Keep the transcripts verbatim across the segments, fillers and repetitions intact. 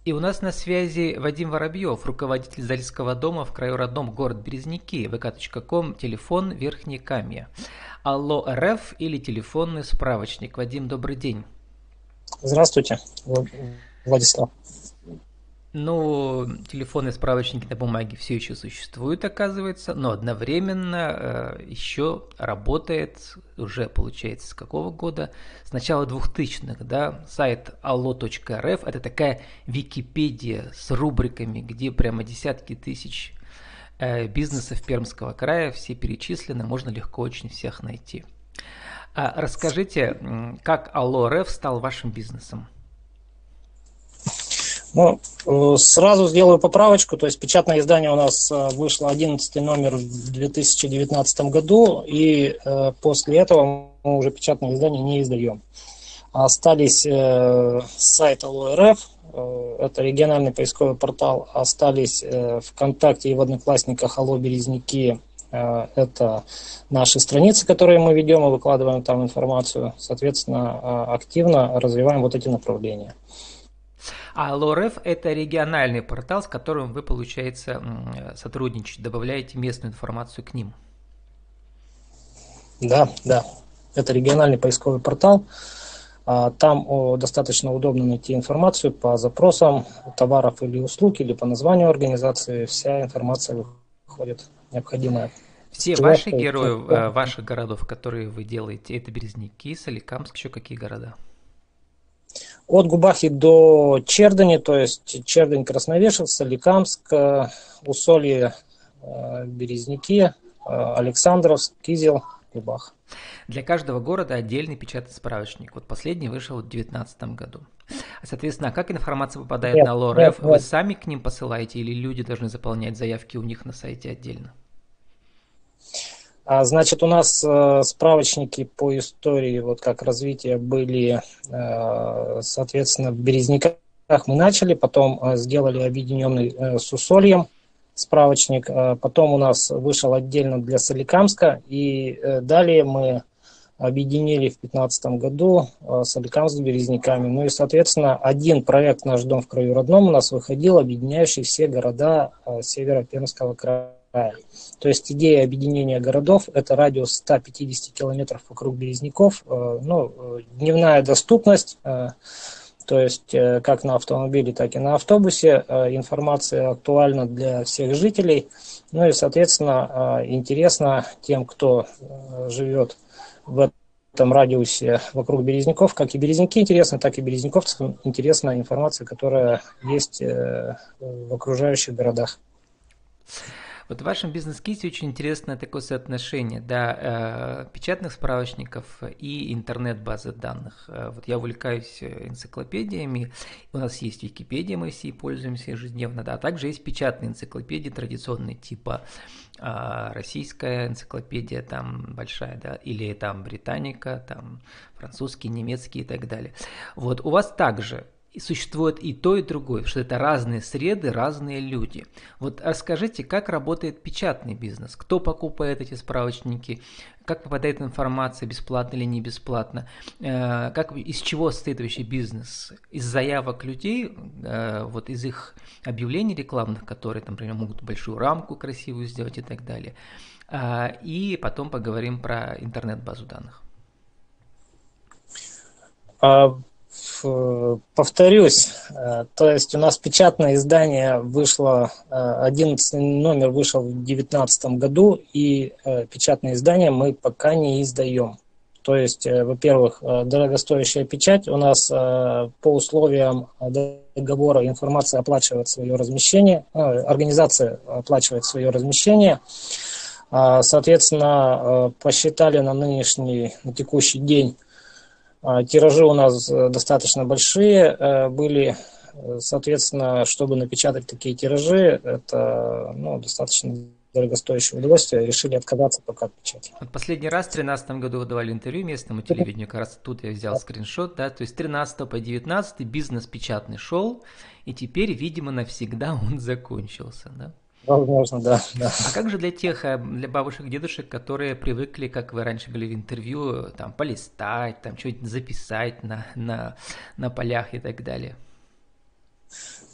И у нас на связи Вадим Воробьев, руководитель издательского дома в краю родном, город Березники, вэ ка точка ком, телефон Верхнекамье. Алло РФ или телефонный справочник. Вадим, добрый день. Здравствуйте, Владислав. Ну, телефонные справочники на бумаге все еще существуют, оказывается, но одновременно э, еще работает, уже получается с какого года? С начала двухтысячных, да, сайт алло точка эр эф, это такая Википедия с рубриками, где прямо десятки тысяч э, бизнесов Пермского края, все перечислены, можно легко очень всех найти. А расскажите, как алло эр эф стал вашим бизнесом? Ну, сразу сделаю поправочку, то есть печатное издание у нас вышло одиннадцатый номер в две тысячи девятнадцатом году, и э, после этого мы уже печатное издание не издаем. Остались э, сайт алло эр эф, э, это региональный поисковый портал, остались э, ВКонтакте и в Одноклассниках Алло Березники, э, это наши страницы, которые мы ведем и выкладываем там информацию, соответственно, э, активно развиваем вот эти направления. А алло эр эф – это региональный портал, с которым вы, получается, сотрудничаете, добавляете местную информацию к ним. Да, да. Это региональный поисковый портал. Там достаточно удобно найти информацию по запросам товаров или услуг, или по названию организации. Вся информация выходит необходимая. Все ваши герои ваших городов, которые вы делаете, это Березники, Соликамск, еще какие города? От Губахи до Чердани, то есть Чердань, Красновешев, Соликамск, Усолье, Березники, Александровск, Кизел, Губах. Для каждого города отдельный печатный справочник. Вот последний вышел в две тысячи девятнадцатом году. Соответственно, как информация попадает Нет, на алло эр эф? нет, Вы нет. сами к ним посылаете или люди должны заполнять заявки у них на сайте отдельно? Значит, у нас э, справочники по истории, вот как развития были, э, соответственно, в Березниках мы начали, потом э, сделали объединенный э, с Усольем справочник, э, потом у нас вышел отдельно для Соликамска, и э, далее мы объединили в две тысячи пятнадцатом году э, Соликамск с Березниками. Ну и, соответственно, один проект «Наш дом в краю родном» у нас выходил, объединяющий все города э, Северо-Пермского края. То есть идея объединения городов – это радиус ста пятидесяти километров вокруг Березников, ну, дневная доступность, то есть как на автомобиле, так и на автобусе, информация актуальна для всех жителей, ну и, соответственно, интересно тем, кто живет в этом радиусе вокруг Березников, как и Березники интересны, так и березниковцам интересна информация, которая есть в окружающих городах. Вот в вашем бизнес-ките очень интересное такое соотношение, да, э, печатных справочников и интернет-базы данных. Вот я увлекаюсь энциклопедиями, у нас есть Википедия, мы все пользуемся ежедневно, да, а также есть печатные энциклопедии традиционные, типа э, российская энциклопедия, там большая, да, или там Британика, там французский, немецкий и так далее. Вот у вас также и существует и то, и другое, что это разные среды, разные люди. Вот расскажите, как работает печатный бизнес, кто покупает эти справочники, как попадает информация, бесплатно или не бесплатно, как, из чего состоит вообще бизнес, из заявок людей, вот из их объявлений рекламных, которые, например, могут большую рамку красивую сделать и так далее. И потом поговорим про интернет-базу данных. Повторюсь, то есть у нас печатное издание вышло, одиннадцатый номер вышел в две тысячи девятнадцатом году, и печатное издание мы пока не издаем. То есть, во-первых, дорогостоящая печать, у нас по условиям договора информация оплачивает свое размещение, организация оплачивает свое размещение. Соответственно, посчитали на нынешний, на текущий день, тиражи у нас достаточно большие были, соответственно, чтобы напечатать такие тиражи, это ну, достаточно дорогостоящее удовольствие, решили отказаться пока от печати. Вот последний раз в тринадцатом году вы давали интервью местному телевидению, как раз тут я взял скриншот, да, то есть с тринадцатого по девятнадцатый бизнес печатный шел, и теперь, видимо, навсегда он закончился, да? Возможно, да, да. А как же для тех, для бабушек, дедушек, которые привыкли, как вы раньше были в интервью, там, полистать, там, что-нибудь записать на, на, на полях и так далее?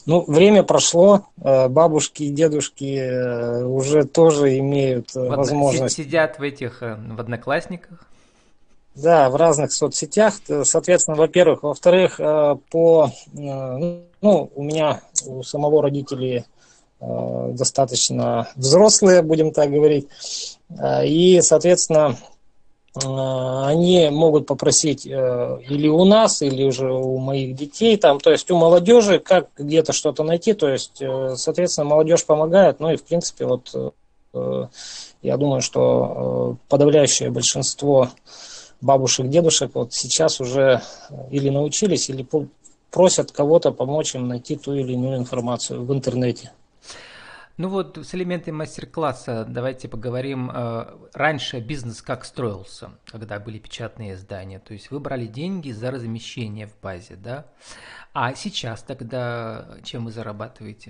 Ну, время прошло, бабушки и дедушки уже тоже имеют В одно- си- возможность. Сидят в этих, э, в одноклассниках. Да, в разных соцсетях, соответственно, во-первых. Во-вторых, э, по, э, ну, у меня у самого родители э, достаточно взрослые, будем так говорить, Э, и, соответственно, э, они могут попросить э, или у нас, или уже у моих детей, там, то есть у молодежи, как где-то что-то найти, то есть, э, соответственно, молодежь помогает, ну и, в принципе, вот э, я думаю, что э, подавляющее большинство бабушек, дедушек вот сейчас уже или научились, или просят кого-то помочь им найти ту или иную информацию в интернете. Ну вот с элементами мастер-класса давайте поговорим. э, Раньше бизнес как строился, когда были печатные издания? То есть вы брали деньги за размещение в базе, да? А сейчас тогда чем вы зарабатываете?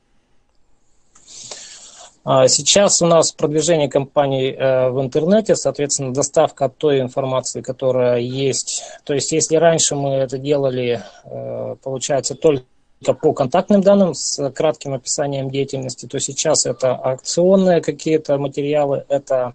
А сейчас у нас продвижение компаний э, в интернете, соответственно, доставка той информации, которая есть. То есть, если раньше мы это делали, э, получается, только по контактным данным с кратким описанием деятельности, то сейчас это акционные какие-то материалы, это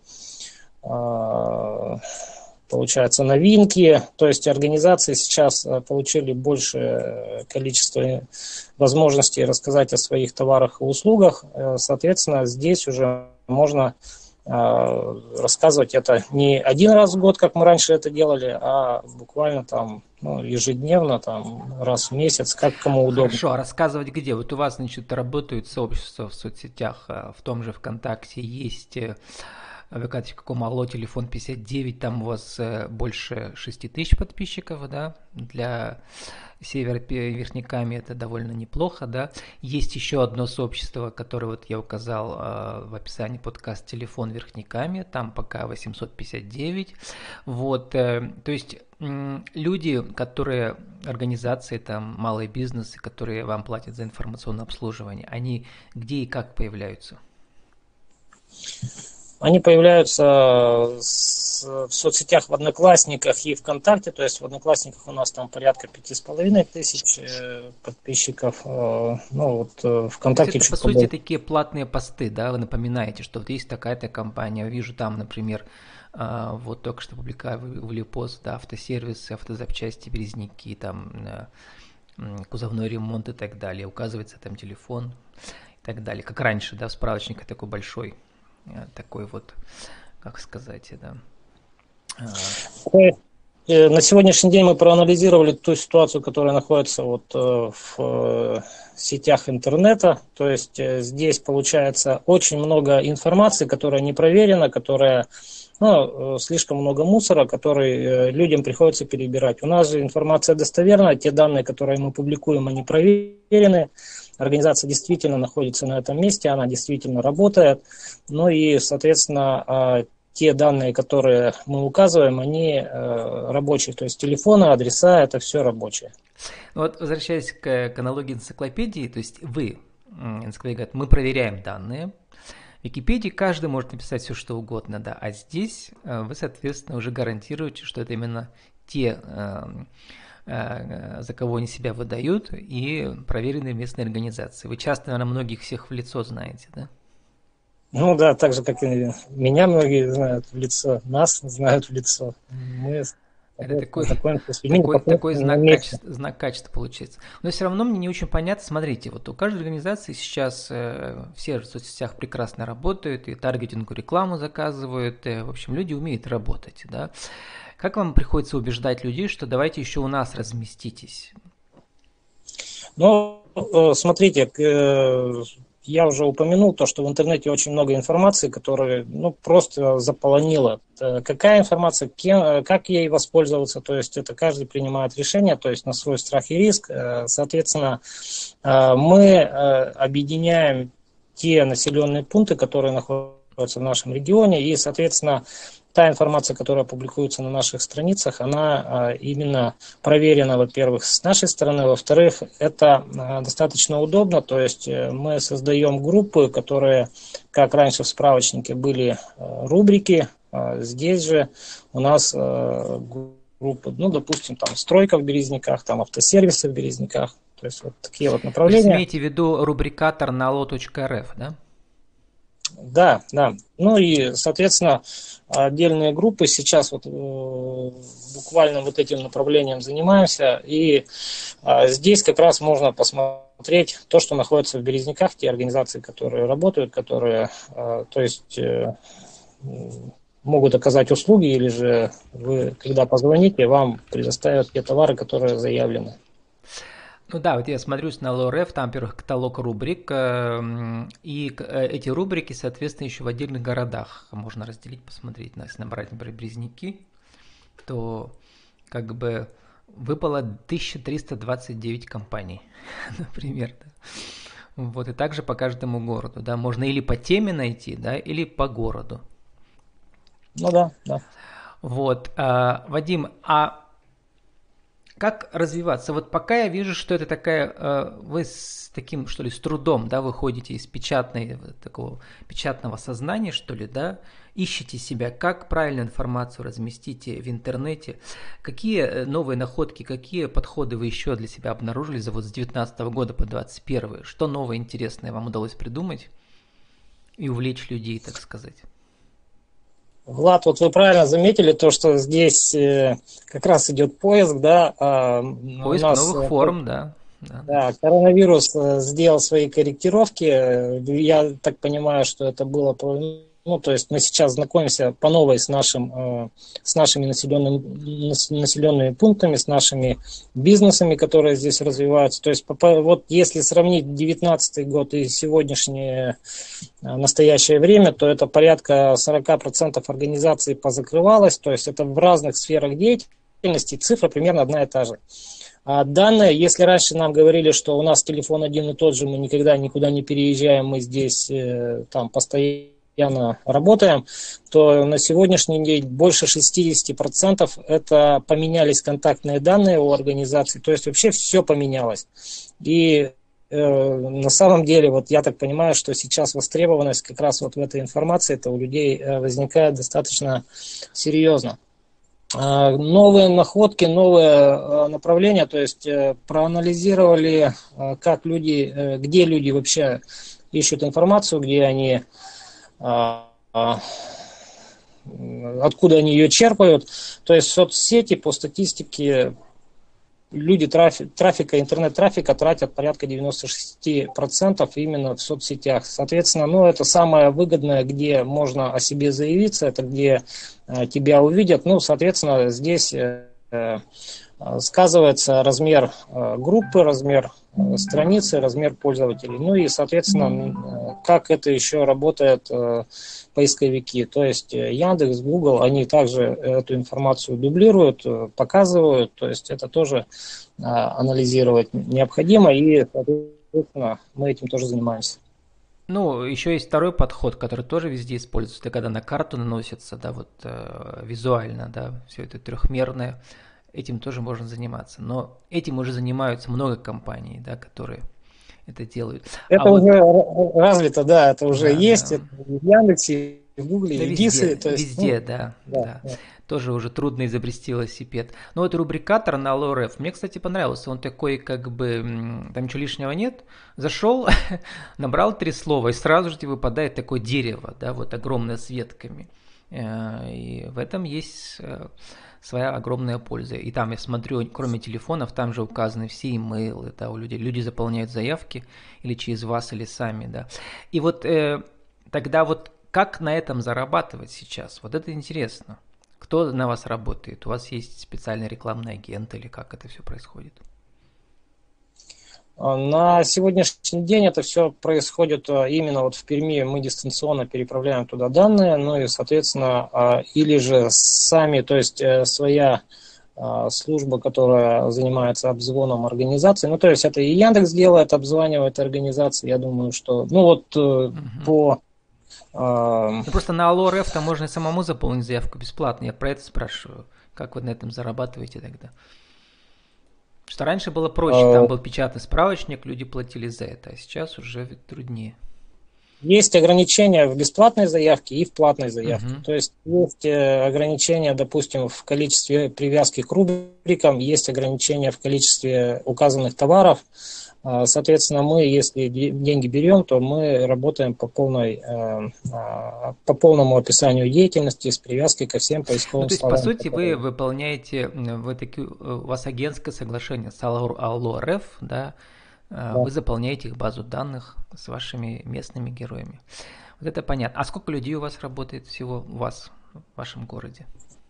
э, получается новинки, то есть организации сейчас э, получили большее количество возможностей рассказать о своих товарах и услугах. Э, Соответственно, здесь уже можно э, рассказывать это не один раз в год, как мы раньше это делали, а буквально там ну, ежедневно, там, раз в месяц, как кому удобно. Хорошо, а рассказывать где? Вот у вас, значит, работают сообщества в соцсетях, э, в том же ВКонтакте есть, э, вы говорите, каком алло, телефон пятьдесят девять, там у вас э, больше шесть тысяч подписчиков, да, для северо-верхнеками это довольно неплохо, да. Есть еще одно сообщество, которое вот я указал э, в описании подкаст «Телефон Верхнеками», там пока восемьсот пятьдесят девять, вот, э, то есть м, люди, которые, организации, там, малые бизнесы, которые вам платят за информационное обслуживание, они где и как появляются? Они появляются с- в соцсетях, в Одноклассниках и ВКонтакте. То есть в Одноклассниках у нас там порядка пяти с половиной тысяч э, подписчиков. э, Ну вот э, То есть ВКонтакте это, по чуть сути, побольше. такие платные посты, да, вы напоминаете, что вот есть такая-то компания, я вижу там, например, а, вот только что публиковали пост, да, автосервисы, автозапчасти, Березники, там, э, м, кузовной ремонт и так далее, указывается там телефон и так далее, как раньше, да, в справочнике такой большой, э, такой вот, как сказать, да. а, Мы, э, На сегодняшний день мы проанализировали ту ситуацию, которая находится вот э, в э, сетях интернета. То есть э, здесь получается очень много информации, которая не проверена, которая ну, э, слишком много мусора, который э, людям приходится перебирать. У нас же информация достоверная, те данные, которые мы публикуем, они проверены. Организация действительно находится на этом месте, она действительно работает. Ну и, соответственно, а, те данные, которые мы указываем, они э, рабочие. То есть телефоны, адреса, это все рабочее. Вот возвращаясь к, к аналогии энциклопедии, то есть вы, м, энциклопедия говорит, мы проверяем данные, в Википедии каждый может написать все, что угодно, да, а здесь э, вы, соответственно, уже гарантируете, что это именно те, э, э, за кого они себя выдают, и проверенные местные организации. Вы часто, наверное, многих всех в лицо знаете, да? Ну да, так же, как и меня многие знают в лицо, нас знают в лицо. Мы, Это соответственно, такой, знакомимся с людьми такой, такой непосредственно на знак месте. качества, знак качества получается. Но все равно мне не очень понятно. Смотрите, вот у каждой организации сейчас э, все в соцсетях прекрасно работают, и таргетингу рекламу заказывают. э, в общем, люди умеют работать, да. Как вам приходится убеждать людей, что давайте еще у нас разместитесь? Но э, смотрите, э, я уже упомянул то, что в интернете очень много информации, которая ну, просто заполонила. Э, Какая информация, кем, э, как ей воспользоваться, то есть это каждый принимает решение, то есть на свой страх и риск. Э, Соответственно, э, мы э, объединяем те населенные пункты, которые находятся в нашем регионе, и, соответственно, та информация, которая публикуется на наших страницах, она а, именно проверена, во-первых, с нашей стороны, во-вторых, это а, достаточно удобно, то есть э, мы создаем группы, которые, как раньше в справочнике были э, рубрики, а здесь же у нас э, группы, ну, допустим, там стройка в Березниках, там автосервисы в Березниках, То есть вот такие вот Вы направления. имеете в виду рубрикатор на ало точка эр эф, да? Да, да. Ну и, соответственно, отдельные группы сейчас вот э, буквально вот этим направлением занимаемся. И э, здесь как раз можно посмотреть то, что находится в Березняках, те организации, которые работают, которые, э, то есть, э, могут оказать услуги, или же вы, когда позвоните, вам предоставят те товары, которые заявлены. Ну да, вот я смотрюсь на эл о эр эф, там, во-первых, каталог рубрик, э, и э, эти рубрики, соответственно, еще в отдельных городах можно разделить, посмотреть. Если набрать, например, Березники, то как бы выпало тысяча триста двадцать девять компаний, например. Да. Вот, и также по каждому городу, да, можно или по теме найти, да, или по городу. Ну да, да. Вот, а, Вадим, а как развиваться? Вот пока я вижу, что это такая, вы с таким, что ли, с трудом, да, выходите из печатной, такого печатного сознания, что ли, да, ищете себя, как правильно информацию разместите в интернете, какие новые находки, какие подходы вы еще для себя обнаружили за вот с девятнадцатого года по двадцать первый, что новое интересное вам удалось придумать и увлечь людей, так сказать? Влад, вот вы правильно заметили то, что здесь э, как раз идет поиск, да, а Поиск у нас новых э, форм, да. Да, да, коронавирус э, сделал свои корректировки. Я так понимаю, что это было, по- ну, то есть мы сейчас знакомимся по новой с нашим, э, с нашими населенными, населенными пунктами, с нашими бизнесами, которые здесь развиваются. То есть вот если сравнить девятнадцатый год и сегодняшнее настоящее время, то это порядка сорок процентов организаций позакрывалось. То есть это в разных сферах деятельности, цифра примерно одна и та же. А данные, если раньше нам говорили, что у нас телефон один и тот же, мы никогда никуда не переезжаем, мы здесь э, там постоянно работаем, то на сегодняшний день больше шестьдесят процентов это поменялись контактные данные у организации, то есть вообще все поменялось. И э, на самом деле, вот я так понимаю, что сейчас востребованность как раз вот в этой информации, это у людей э, возникает достаточно серьезно. Новые находки, новые направления, то есть проанализировали, как люди, где люди вообще ищут информацию, где они, откуда они ее черпают. То есть соцсети по статистике люди трафи, трафика, интернет-трафика тратят порядка девяносто шесть процентов именно в соцсетях. Соответственно, ну, это самое выгодное, где можно о себе заявиться, это где э, тебя увидят. Ну, соответственно, здесь э, э, сказывается размер э, группы, размер э, страницы, размер пользователей. Ну и, соответственно, э, как это еще работает э, поисковики. То есть Яндекс, Google, они также эту информацию дублируют, показывают. То есть это тоже а, анализировать необходимо. И, соответственно, мы этим тоже занимаемся. Ну, еще есть второй подход, который тоже везде используется. Это когда на карту наносится, да, вот э, визуально, да, все это трехмерное. Этим тоже можно заниматься. Но этим уже занимаются много компаний, да, которые это делают. Это а уже вот, развито, да, это уже да, есть. да. Это в Яндексе, в Гугле, Да и везде, Дисы. То есть, ну, везде, да, да, да. да. Тоже уже трудно изобрести велосипед. Но вот рубрикатор на эл о эр эф мне, кстати, понравился. Он такой, как бы, там ничего лишнего нет. Зашел, набрал три слова, и сразу же тебе выпадает такое дерево, да, вот огромное с ветками. И в этом есть своя огромная польза. И там я смотрю, кроме телефонов, там же указаны все имейлы, да, у людей. Люди заполняют заявки или через вас, или сами, да. И вот э, тогда вот как на этом зарабатывать сейчас? Вот это интересно. Кто на вас работает? У вас есть специальный рекламный агент или как это все происходит? На сегодняшний день это все происходит именно вот в Перми. Мы дистанционно переправляем туда данные, ну и, соответственно, или же сами, то есть своя служба, которая занимается обзвоном организации. Ну, то есть это и Яндекс делает, обзванивает организации. Я думаю, что, ну вот угу. по... Ну, просто на эл о эр эф там можно и самому заполнить заявку бесплатно. Я про это спрашиваю. Как вы на этом зарабатываете тогда? Что раньше было проще, там был печатный справочник, люди платили за это, а сейчас уже труднее. Есть ограничения в бесплатной заявке и в платной заявке. Мгм. То есть есть э, ограничения, допустим, в количестве привязки к рубрикам, есть ограничения в количестве указанных товаров. А, Соответственно, мы, если де- деньги берем, то мы работаем по полной, э, а, по полному описанию деятельности с привязкой ко всем Ну, поисковым то есть, по словам, сути, вы которые... выполняете, м, вы таки, у вас агентское соглашение с Алло Алло РФ, да, э, Да. вы заполняете их базу данных с вашими местными героями. Вот это понятно. А сколько людей у вас работает всего у вас в вашем городе?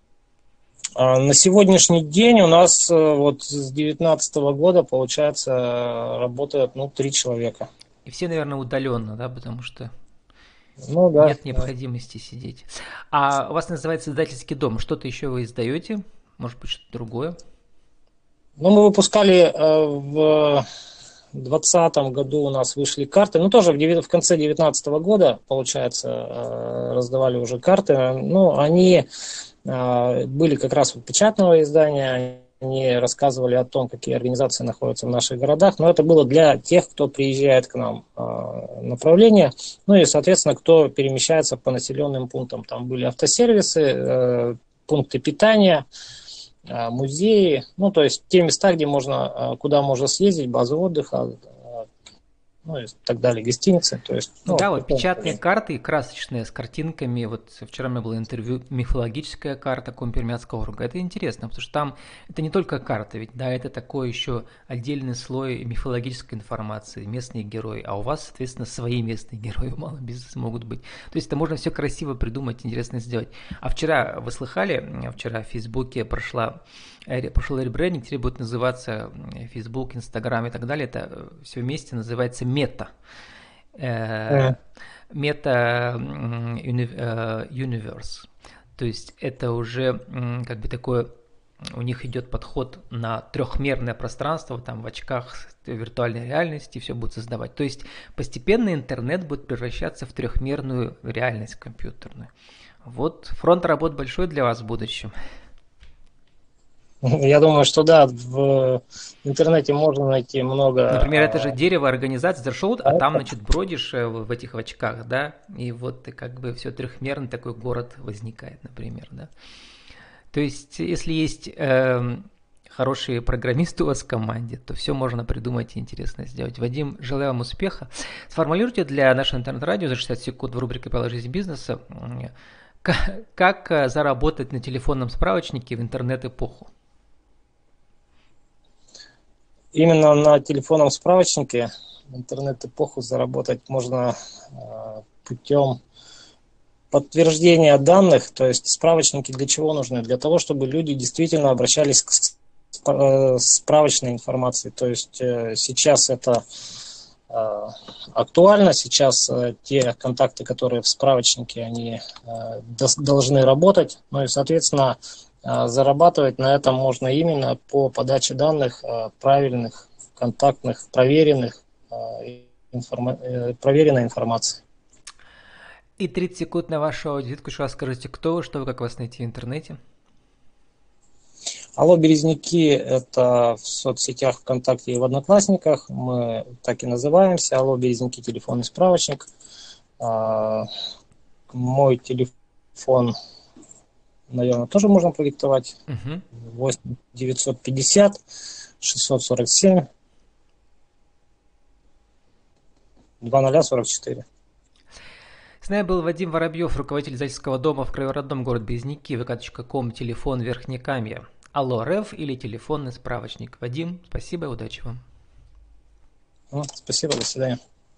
А На сегодняшний день у нас э, вот с девятнадцатого года, получается, э, работает, ну, три человека. И все, наверное, удаленно, да, потому что Ну да, нет да. необходимости сидеть. А у вас называется издательский дом. Что-то еще вы издаете? Может быть, что-то другое? Ну, мы выпускали э, в двадцатом году у нас вышли карты, ну тоже в, девя- в конце девятнадцатого года, получается, э, раздавали уже карты. Ну, они э, были как раз вот печатного издания, они рассказывали о том, какие организации находятся в наших городах, но это было для тех, кто приезжает к нам э, направление, ну и, соответственно, кто перемещается по населенным пунктам. Там были автосервисы, э, пункты питания, а, музеи, ну, то есть те места, где можно, а, куда можно съездить, базы отдыха, а, ну, и так далее, гостиницы, то есть, Ну ну, да, в вот таком печатные плане. карты красочные с картинками. Вот вчера у меня было интервью «Мифологическая карта Компермятского округа». Это интересно, потому что там это не только карта, ведь да, это такой еще отдельный слой мифологической информации, местные герои. А у вас, соответственно, свои местные герои в малом бизнесе могут быть. То есть это можно все красиво придумать, интересно сделать. А вчера, вы слыхали, вчера в Фейсбуке прошла прошел ребрендинг, теперь будет называться Facebook, Instagram и так далее. Это все вместе называется Мета. Мгм. Мета Universe. То есть это уже м, как бы такое, у них идет подход на трехмерное пространство, там в очках виртуальной реальности все будет создавать. То есть постепенно интернет будет превращаться в трехмерную реальность компьютерную. Вот фронт работ большой для вас в будущем. Я думаю, что да, в интернете можно найти много Например, это же а, дерево организации, зашел, а там, проектов. значит, бродишь э, в в этих очках, да, и вот ты как бы все трехмерный такой город возникает, например, да. То есть, если есть эм, хорошие программисты у вас в команде, то все можно придумать и интересно сделать. Вадим, желаю вам успеха. Сформулируйте для нашего интернет-радио за шестьдесят секунд в рубрике «Правила жизни бизнеса», м, как, как э, заработать на телефонном справочнике в интернет-эпоху. Именно на телефонном справочнике в интернет-эпоху заработать можно а, путем подтверждения данных, то есть справочники для чего нужны? Для того, чтобы люди действительно обращались к спра- э, справочной информации. То есть э, сейчас это э, актуально, сейчас э, те контакты, которые в справочнике, они э, дос- должны работать. Ну и, соответственно, э, зарабатывать на этом можно именно по подаче данных э, правильных, контактных, проверенных, э, информа- э, проверенной информации. И тридцать секунд на вашу аудитку, еще раз скажите, кто вы, что вы, как вас найти в интернете. Алло, Березники– это в соцсетях ВКонтакте и в Одноклассниках. Мы так и называемся. Алло, Березники, телефонный справочник. А, Мой телефон, наверное, тоже можно продиктовать. Угу. восемь девятьсот пятьдесят шестьсот сорок семь двадцать сорок четыре. С нами был Вадим Воробьев, руководитель издательского дома в родном город Березники, вэ ка точка ком, телефон Верхнекамья. Алло, РФ или телефонный справочник. Вадим, спасибо и удачи вам. Ну, спасибо, до свидания.